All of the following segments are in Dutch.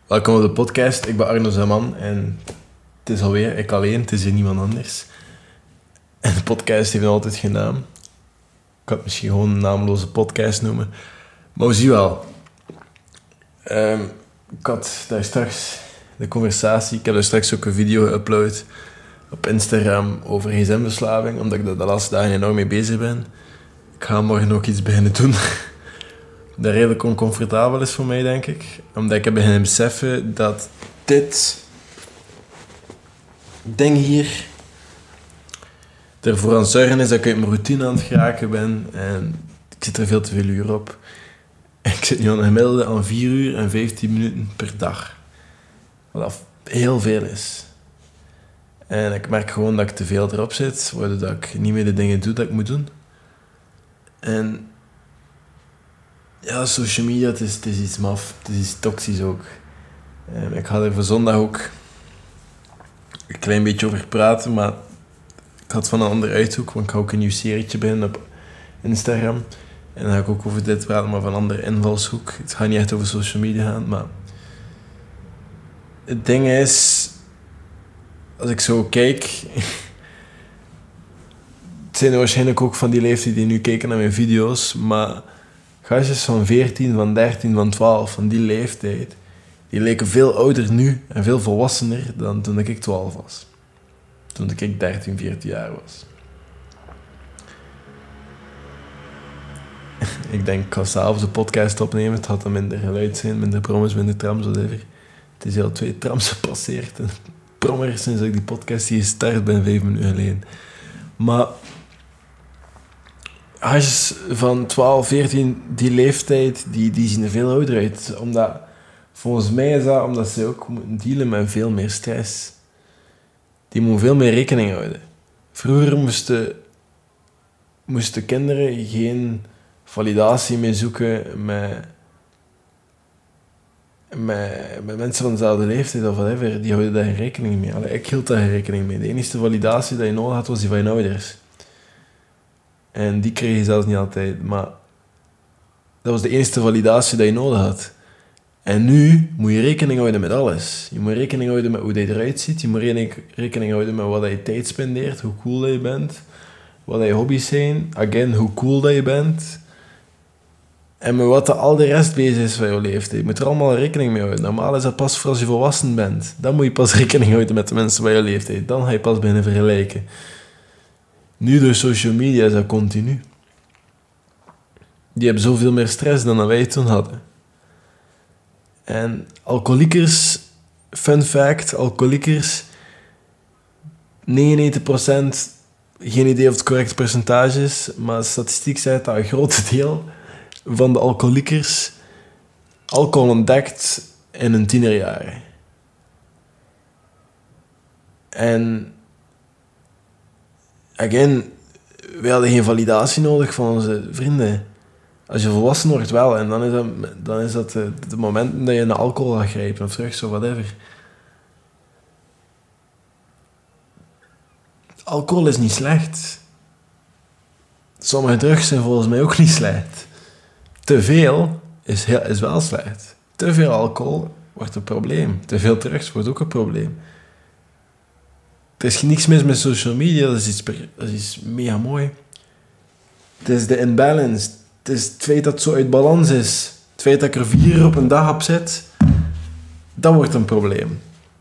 Welkom op de podcast. Ik ben Arno Zaman en het is alweer ik alleen, het is hier niemand anders. En de podcast heeft nog altijd geen naam. Ik kan het misschien gewoon een naamloze podcast noemen. Maar we zien wel. Ik had daar straks de conversatie, ik heb daar straks ook een video geüpload op Instagram over gsm-verslaving, omdat ik er de laatste dagen enorm mee bezig ben. Ik ga morgen ook iets beginnen doen dat redelijk oncomfortabel is voor mij, denk ik. Omdat ik heb beginnen beseffen dat dit ding hier ervoor aan het zorgen is dat ik uit mijn routine aan het geraken ben. En ik zit er veel te veel uur op. Ik zit nu aan een gemiddelde aan 4 uur en 15 minuten per dag. Wat heel veel is. En ik merk gewoon dat ik te veel erop zit, waardoor ik niet meer de dingen doe dat ik moet doen. En ja, social media, het is iets maf. Het is iets toxisch ook. Ik ga er voor zondag ook een klein beetje over praten, maar ik had van een andere uithoek, want ik ga ook een nieuw serietje beginnen op Instagram. En dan ga ik ook over dit praten, maar van een andere invalshoek. Het gaat niet echt over social media gaan, maar het ding is, als ik zo kijk, het zijn er waarschijnlijk ook van die leeftijd die nu kijken naar mijn video's, maar gastjes van 14, van 13, van 12, van die leeftijd, die lijken veel ouder nu en veel volwassener dan toen ik 12 was. Toen ik 13, 14 jaar was. Ik denk, ik ga s'avonds een podcast opnemen. Het had dan minder geluid zijn, minder promos, minder trams, whatever. Het is al 2 trams gepasseerd. En prommer sinds ik die podcast hier gestart ben 5 minuten geleden. Maar als van 12, 14, die leeftijd, die zien er veel ouder uit. Omdat, volgens mij is dat omdat ze ook moeten dealen met veel meer stress. Die moeten veel meer rekening houden. Vroeger moesten kinderen geen validatie mee zoeken met mensen van dezelfde leeftijd of whatever. Die houden daar geen rekening mee. Allee, ik hield daar geen rekening mee. De enige validatie dat je nodig had, was die van je ouders. En die kreeg je zelfs niet altijd. Maar dat was de enige validatie dat je nodig had. En nu moet je rekening houden met alles. Je moet rekening houden met hoe je eruit ziet. Je moet rekening houden met wat je tijd spendeert, hoe cool dat je bent, wat je hobby's zijn, again, hoe cool dat je bent. En met wat al de rest bezig is van je leeftijd. Je moet er allemaal rekening mee houden. Normaal is dat pas voor als je volwassen bent. Dan moet je pas rekening houden met de mensen van je leeftijd. Dan ga je pas beginnen vergelijken. Nu door social media is dat continu. Die hebben zoveel meer stress dan wij toen hadden. En alcoholiekers, fun fact, alcoholiekers, 99%, geen idee of het correct percentage is, maar de statistiek zegt dat een groot deel van de alcoholiekers alcohol ontdekt in hun tienerjaren. En, again, we hadden geen validatie nodig van onze vrienden. Als je volwassen wordt wel, en dan is dat de momenten dat je naar alcohol gaat grijpen of drugs of whatever. Alcohol is niet slecht. Sommige drugs zijn volgens mij ook niet slecht. Te veel is wel slecht. Te veel alcohol wordt een probleem. Te veel drugs wordt ook een probleem. Er is niks mis met social media, dat is iets mega mooi. Het is de imbalance. Het is het feit dat het zo uit balans is. Het feit dat ik er 4 uur op een dag op zit, dat wordt een probleem.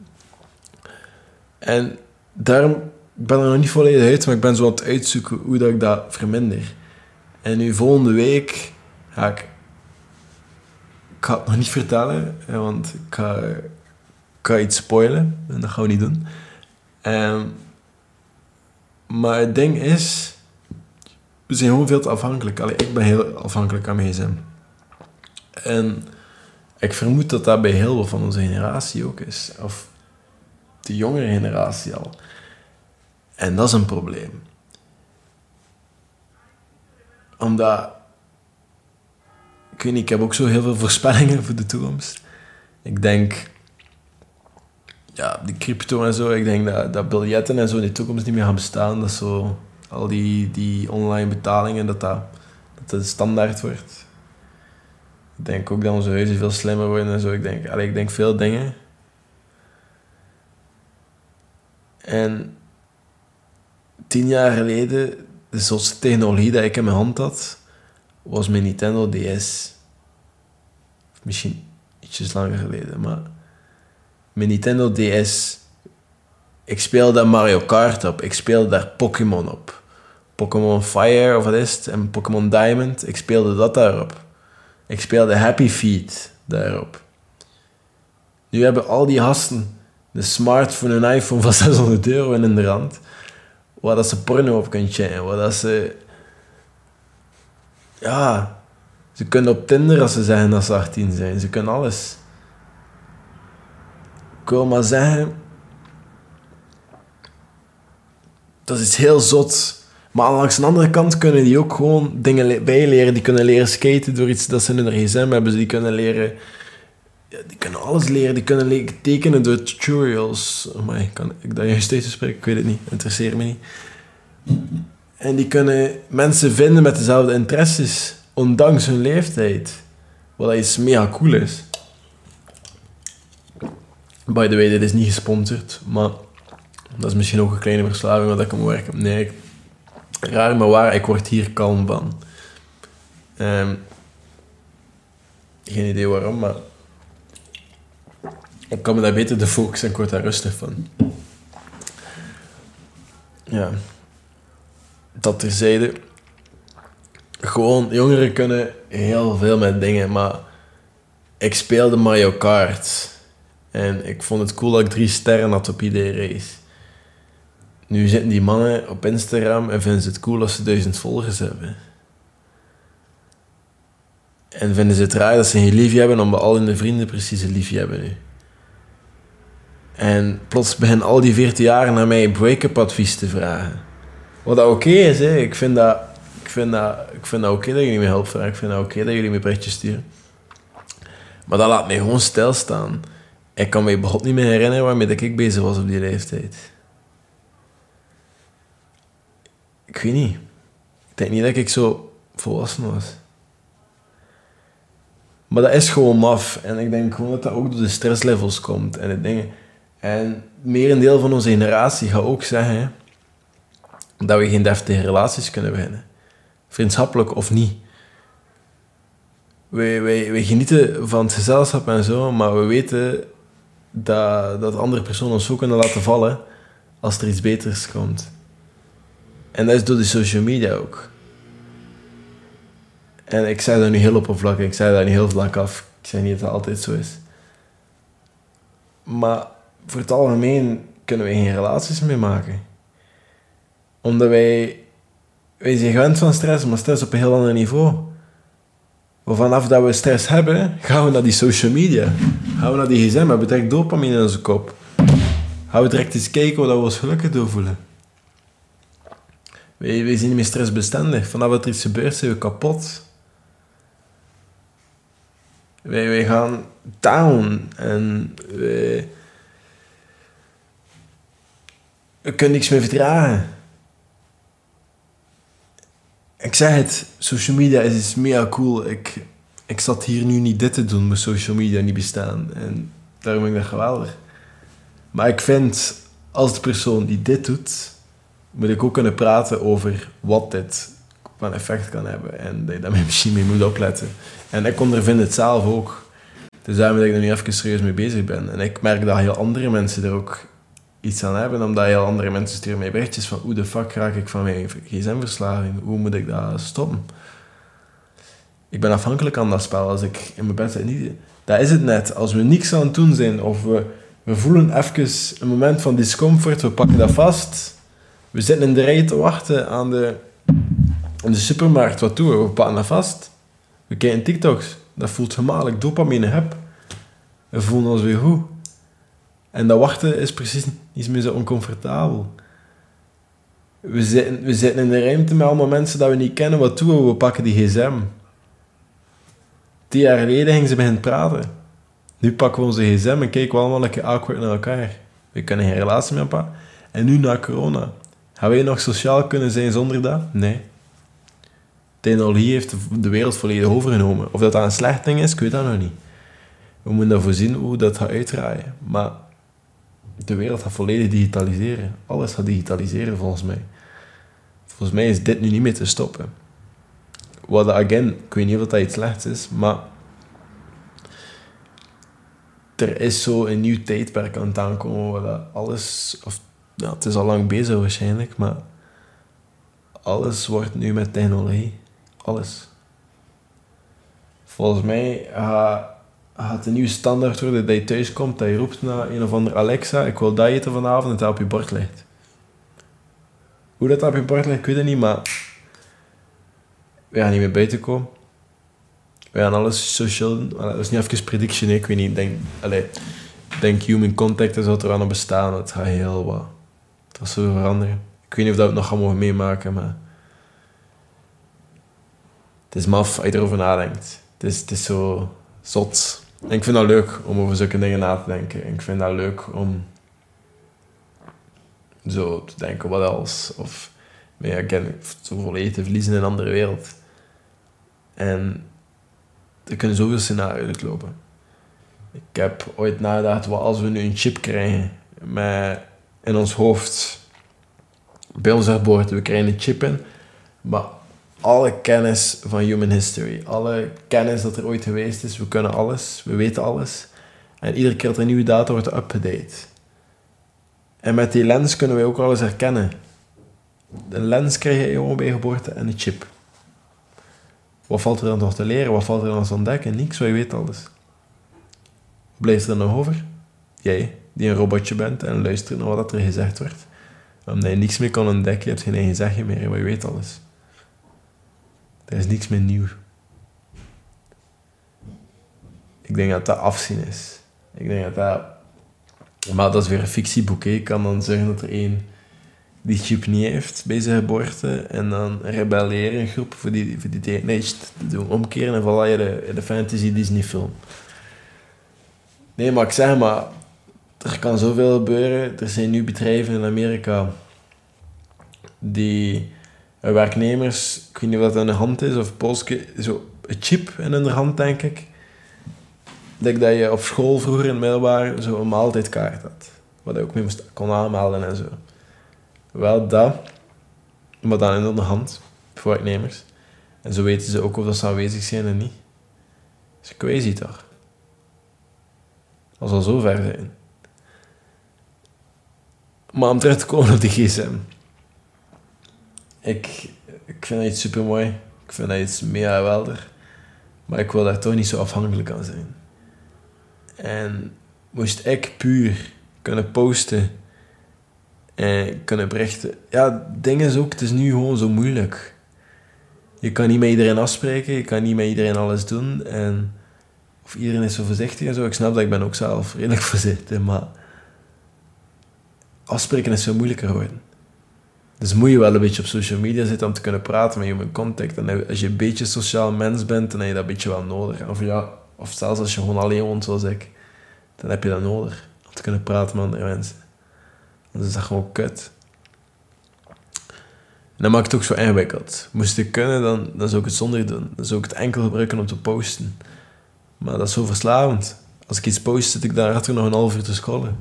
En daarom, ik ben er nog niet volledig uit, maar ik ben zo aan het uitzoeken hoe dat ik dat verminder. En nu volgende week ga ik het nog niet vertellen, want ik ga iets spoilen en dat gaan we niet doen. Maar het ding is, we zijn gewoon veel te afhankelijk. Allee, ik ben heel afhankelijk aan mijn gsm. En ik vermoed dat dat bij heel veel van onze generatie ook is. Of de jongere generatie al. En dat is een probleem. Omdat, ik weet niet, ik heb ook zo heel veel voorspellingen voor de toekomst. Ik denk, ja, de crypto en zo, ik denk dat biljetten en zo in de toekomst niet meer gaan bestaan. Dat zo, al die online betalingen, dat de standaard wordt. Ik denk ook dat onze huizen veel slimmer worden en zo. Ik denk veel dingen. En 10 jaar geleden, de zotste technologie dat ik in mijn hand had, was mijn Nintendo DS. Misschien ietsjes langer geleden, maar mijn Nintendo DS. Ik speelde daar Mario Kart op. Ik speelde daar Pokémon op. Pokémon Fire, of wat is het? En Pokémon Diamond. Ik speelde dat daarop. Ik speelde Happy Feet daarop. Nu hebben al die gasten de smartphone, een iPhone van €600 in de rand, waar dat ze porno op kunnen checken, waar dat ze... Ja, ze kunnen op Tinder als ze zeggen dat ze 18 zijn. Ze kunnen alles. Ik wil maar zeggen, dat is iets heel zot. Maar langs de andere kant kunnen die ook gewoon dingen bijleren. Die kunnen leren skaten door iets dat ze in hun gsm hebben. Die kunnen leren... Ja, die kunnen alles leren. Die kunnen leren tekenen door tutorials. Amai, kan ik dat juist steeds spreken? Ik weet het niet. Interesseert me niet. En die kunnen mensen vinden met dezelfde interesses. Ondanks hun leeftijd. Wat iets mega cool is. By the way, dit is niet gesponsord. Maar dat is misschien ook een kleine verslaving waar ik aan moet werken. Nee, raar maar waar. Ik word hier kalm van. Geen idee waarom, maar... Ik kan me daar beter de focus en ik word daar rustig van. Ja. Dat terzijde. Gewoon, jongeren kunnen heel veel met dingen, maar... Ik speelde Mario Kart. En ik vond het cool dat ik 3 sterren had op iedere race. Nu zitten die mannen op Instagram en vinden ze het cool als ze 1000 volgers hebben. En vinden ze het raar dat ze geen liefje hebben, omdat al hun vrienden precies een liefje hebben nu. En plots beginnen al die 14 jaar naar mij break-up advies te vragen. Wat dat oké is, hè. Ik vind dat oké dat jullie me hulp vragen. Ik vind dat oké dat jullie me berichtjes sturen. Maar dat laat mij gewoon stilstaan. Ik kan me überhaupt niet meer herinneren waarmee ik bezig was op die leeftijd. Ik weet niet. Ik denk niet dat ik zo volwassen was. Maar dat is gewoon maf. En ik denk gewoon dat dat ook door de stresslevels komt. En de dingen. En merendeel van onze generatie gaat ook zeggen dat we geen deftige relaties kunnen beginnen. Vriendschappelijk of niet. Wij genieten van het gezelschap en zo, maar we weten dat andere personen ons zo kunnen laten vallen als er iets beters komt. En dat is door de social media ook. En ik zeg dat nu heel oppervlakkig, ik zeg dat nu heel vlak af. Ik zeg niet dat het altijd zo is. Maar voor het algemeen kunnen wij geen relaties meer maken. Omdat wij zijn gewend van stress, maar stress op een heel ander niveau. Maar vanaf dat we stress hebben, gaan we naar die social media. Gaan we naar die gsm, we hebben direct dopamine in onze kop. Gaan we direct eens kijken wat we ons gelukkig doorvoelen. Wij zijn niet meer stressbestendig. Vanaf dat er iets gebeurt, zijn we kapot. Wij gaan down. En we kunnen niks meer verdragen. Ik zeg het, social media is iets mega cool. Ik zat hier nu niet dit te doen, met social media niet bestaan. En daarom vind ik dat geweldig. Maar ik vind, als de persoon die dit doet, moet ik ook kunnen praten over wat dit van effect kan hebben. En dat je daar misschien mee moet opletten. En ik ondervind het zelf ook. Dus daarom dat ik er nu even serieus mee bezig ben. En ik merk dat heel andere mensen er ook iets aan hebben, omdat heel andere mensen sturen mij berichtjes van hoe de fuck raak ik van mijn gsm-verslaving? Hoe moet ik dat stoppen? Ik ben afhankelijk aan dat spel. Als ik in mijn bed zit, niet... Dat is het net. Als we niks aan het doen zijn, of we voelen even een moment van discomfort, we pakken dat vast. We zitten in de rij te wachten aan de supermarkt. Wat doen we? We pakken dat vast. We kijken TikToks. Dat voelt gemakkelijk. Dopamine heb. We voelen ons weer goed. En dat wachten is precies niet meer zo oncomfortabel. We zitten in de ruimte met allemaal mensen dat we niet kennen. Wat doen we? We pakken die gsm. 10 jaar geleden gingen ze beginnen praten. Nu pakken we onze gsm en kijken we allemaal lekker awkward naar elkaar. We kunnen geen relatie meer pakken. En nu na corona. Gaan wij nog sociaal kunnen zijn zonder dat? Nee. technologie heeft de wereld volledig overgenomen. Of dat een slecht ding is, ik weet dat nog niet. We moeten ervoor zien hoe dat gaat uitdraaien. Maar de wereld gaat volledig digitaliseren. Alles gaat digitaliseren, volgens mij. Volgens mij is dit nu niet meer te stoppen. Wat, again, ik weet niet of dat iets slechts is, maar er is zo een nieuw tijdperk aan het aankomen waar dat alles, of ja, het is al lang bezig waarschijnlijk, maar alles wordt nu met technologie. Alles. Volgens mij gaat een nieuwe standaard worden dat je thuis komt, dat je roept naar een of andere Alexa, ik wil dat eten vanavond, en dat op je bord ligt. Hoe dat op je bord ligt, ik weet het niet, maar we gaan niet meer buiten komen. We gaan alles social doen. Dat is niet even prediction, ik weet niet. Ik denk human contact is wat er aan het bestaan. Het gaat heel wat. Het gaat zo veranderen. Ik weet niet of dat we het nog gaan mogen meemaken, maar het is maf als je erover nadenkt. Het is zo zot. En ik vind dat leuk om over zulke dingen na te denken. En ik vind dat leuk om zo te denken, wat else? Of zo volledig te verliezen in een andere wereld. En er kunnen zoveel scenario's uitlopen. Ik heb ooit nagedacht, wat als we nu een chip krijgen met in ons hoofd, bij ons herboorte, we krijgen een chip in, maar alle kennis van human history, alle kennis dat er ooit geweest is, we kunnen alles, we weten alles. En iedere keer dat er nieuwe data wordt upgedate. En met die lens kunnen wij ook alles herkennen. De lens krijg je gewoon bij geboorte en een chip. Wat valt er dan nog te leren? Wat valt er dan nog te ontdekken? Niks, want je weet alles. Wat blijft er nog over? Jij, die een robotje bent en luistert naar wat er gezegd wordt. Omdat je niks meer kan ontdekken, je hebt geen eigen zegje meer, want je weet alles. Er is niks meer nieuw. Ik denk dat dat afzien is. Ik denk dat dat... Maar dat is weer een fictieboek, hè. Ik kan dan zeggen dat er één die chip niet heeft bij zijn geboorte en dan rebelleren een groep voor die teenage te doen omkeren en voilà, je de fantasy Disney film. Nee, maar ik zeg maar, er kan zoveel gebeuren. Er zijn nu bedrijven in Amerika die werknemers, ik weet niet of dat in de hand is of polske, zo een chip in hun hand, denk ik. Dat je op school vroeger in het middelbaar zo een maaltijdkaart had. Wat je ook mee kon aanmelden en zo. Wel dat, maar dan in de hand, voor werknemers. En zo weten ze ook of dat ze aanwezig zijn en niet. Dat is crazy toch? Dat zal zo ver zijn. Maar om terug te komen op de gsm. Ik vind dat iets supermooi. Ik vind dat iets mega geweldig. Maar ik wil daar toch niet zo afhankelijk aan zijn. En moest ik puur kunnen posten en kunnen berichten. Ja, het ding is ook, het is nu gewoon zo moeilijk. Je kan niet met iedereen afspreken, je kan niet met iedereen alles doen. Of iedereen is zo voorzichtig en zo. Ik snap dat, ik ben ook zelf redelijk voorzichtig, maar afspreken is veel moeilijker geworden. Dus moet je wel een beetje op social media zitten om te kunnen praten met human contact. En als je een beetje sociaal mens bent, dan heb je dat een beetje wel nodig. Of zelfs als je gewoon alleen woont zoals ik, dan heb je dat nodig om te kunnen praten met andere mensen. Dan is dat gewoon kut. En dat maakt het ook zo ingewikkeld. Moest ik kunnen, dan zou ik het zonder doen. Dan zou ik het enkel gebruiken om te posten. Maar dat is zo verslavend. Als ik iets post, zit ik daarachter nog een half uur te scrollen.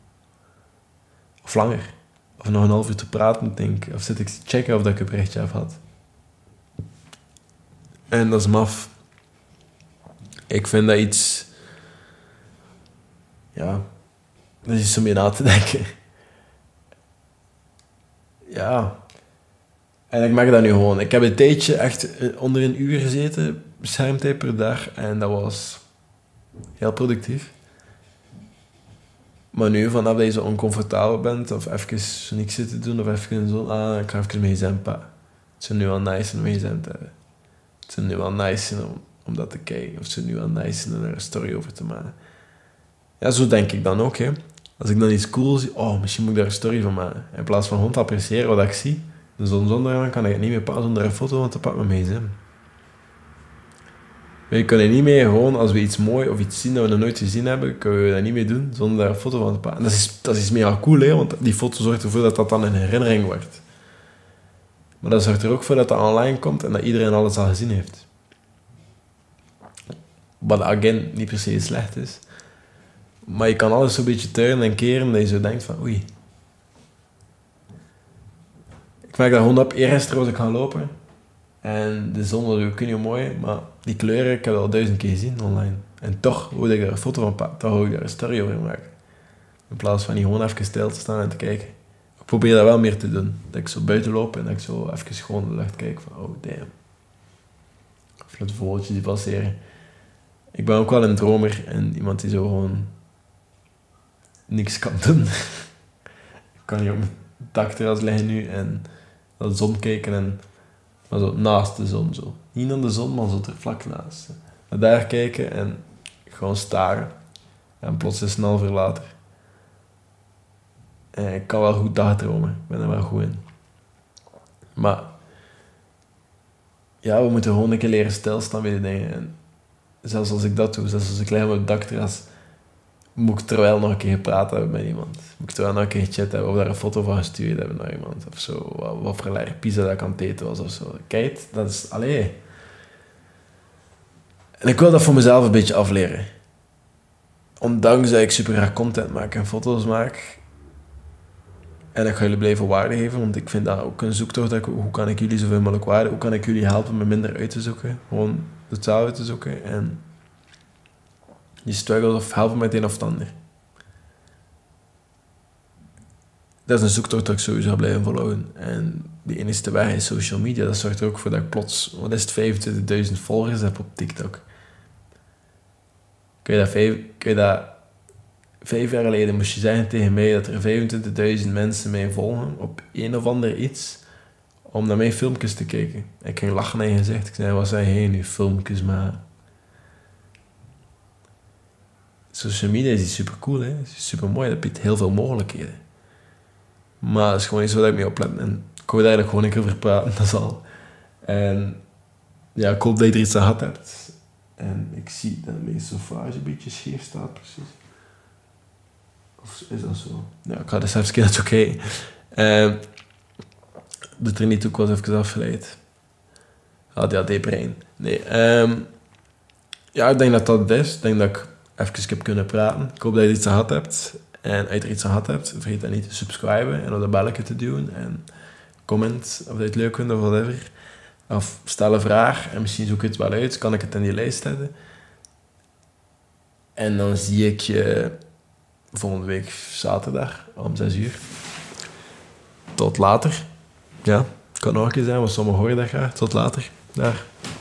Of langer. Of nog een half uur te praten, denk ik. Of zit ik te checken of dat ik een berichtje heb gehad. En dat is maf. Ik vind dat iets... Ja... Dat is iets om je na te denken. Ja. En ik merk dat nu gewoon. Ik heb een tijdje echt onder een uur gezeten, schermtijd per dag. En dat was heel productief. Maar nu, vanaf dat je zo oncomfortabel bent, of even niks zitten doen, of even zo, ik ga even mijn gsm pakken. Het is nu wel nice om mijn gsm te hebben. Het is nu wel nice om dat te kijken. Of het is nu wel nice om er een story over te maken. Ja, zo denk ik dan ook, hè. Als ik dan iets cool zie, misschien moet ik daar een story van maken. In plaats van gewoon te appreciëren wat ik zie, de zonsondergang, kan ik het niet meer pakken zonder een foto van te pakken met mijn gsm. We kunnen niet meer gewoon, als we iets mooi of iets zien dat we nog nooit gezien hebben, kunnen we dat niet meer doen zonder daar een foto van te pakken. En dat is mega cool, hè, want die foto zorgt ervoor dat dat dan een herinnering wordt. Maar dat zorgt er ook voor dat het online komt en dat iedereen alles al gezien heeft. Wat again niet per se slecht is. Maar je kan alles zo'n beetje turnen en keren dat je zo denkt van oei. Ik merk dat gewoon op. Eerst als ik ga lopen. En de zon was ook niet mooi, maar die kleuren, ik heb dat al 1000 keer gezien online. En toch wilde ik daar een foto van pakken, toch wil ik daar een story over maken. In plaats van niet gewoon even stil te staan en te kijken. Ik probeer dat wel meer te doen. Dat ik zo buiten loop en dat ik zo even gewoon in de lucht kijk van oh damn. Of net vogeltjes die passeren. Ik ben ook wel een dromer en iemand die zo gewoon niks kan doen. Ik kan hier op mijn dakterras liggen nu en naar de zon kijken en maar zo naast de zon zo. Niet aan de zon, maar zo er vlak naast. Naar daar kijken en gewoon staren. En plots is het een half uur later. En ik kan wel goed dagdromen. Ik ben er wel goed in. Maar ja, we moeten gewoon een keer leren stilstaan bij die dingen. En zelfs als ik dat doe, zelfs als ik lig op het dakterras, moet ik terwijl nog een keer gepraat hebben met iemand. Moet ik terwijl nog een keer gechat hebben of daar een foto van gestuurd hebben naar iemand. Of zo, wat voor lekker pizza dat ik aan het eten was of zo. Kijk, dat is... Allee. En ik wil dat voor mezelf een beetje afleren. Ondanks dat ik super graag content maak en foto's maak. En ik ga jullie blijven waarde geven, want ik vind dat ook een zoektocht. Hoe kan ik jullie zoveel mogelijk waarde? Hoe kan ik jullie helpen met minder uit te zoeken? Gewoon het zelf uit te zoeken en die struggles of helpen met het een of het ander. Dat is een zoektocht dat ik sowieso ga blijven volgen. En de enige weg is social media. Dat zorgt er ook voor dat ik plots, wat is het, 25.000 volgers heb op TikTok. Ik weet dat 5 jaar geleden moest je zeggen tegen mij dat er 25.000 mensen mij volgen op een of ander iets om naar mijn filmpjes te kijken. Ik ging lachen naar je gezicht. Ik zei, wat zijn jij nu filmpjes, maar... Social media is super cool, hè. Het is super mooi, dat biedt heel veel mogelijkheden. Maar het is gewoon iets waar ik mee oplet. En ik wil eigenlijk gewoon een keer over praten, dat is al. En ja, ik hoop dat je er iets aan gehad hebt. En ik zie dat mijn sofage een beetje scheef staat, precies. Of is dat zo? Ja, ik ga dus even kijken, dat is oké. Doet er niet toe, ik was even afgeleid. ADHD-brein. Nee, ja, ik denk dat dat het is. Ik denk dat ik even heb kunnen praten. Ik hoop dat je iets aan gehad hebt. En als je er iets aan gehad hebt, vergeet dan niet te subscriben en op dat belletje te doen. En comment of je het leuk vindt of whatever. Of stel een vraag en misschien zoek ik het wel uit. Kan ik het in die lijst zetten? En dan zie ik je volgende week zaterdag om 6:00. Tot later. Ja, kan nog een keer zijn, want sommigen horen dat graag. Tot later. Daar.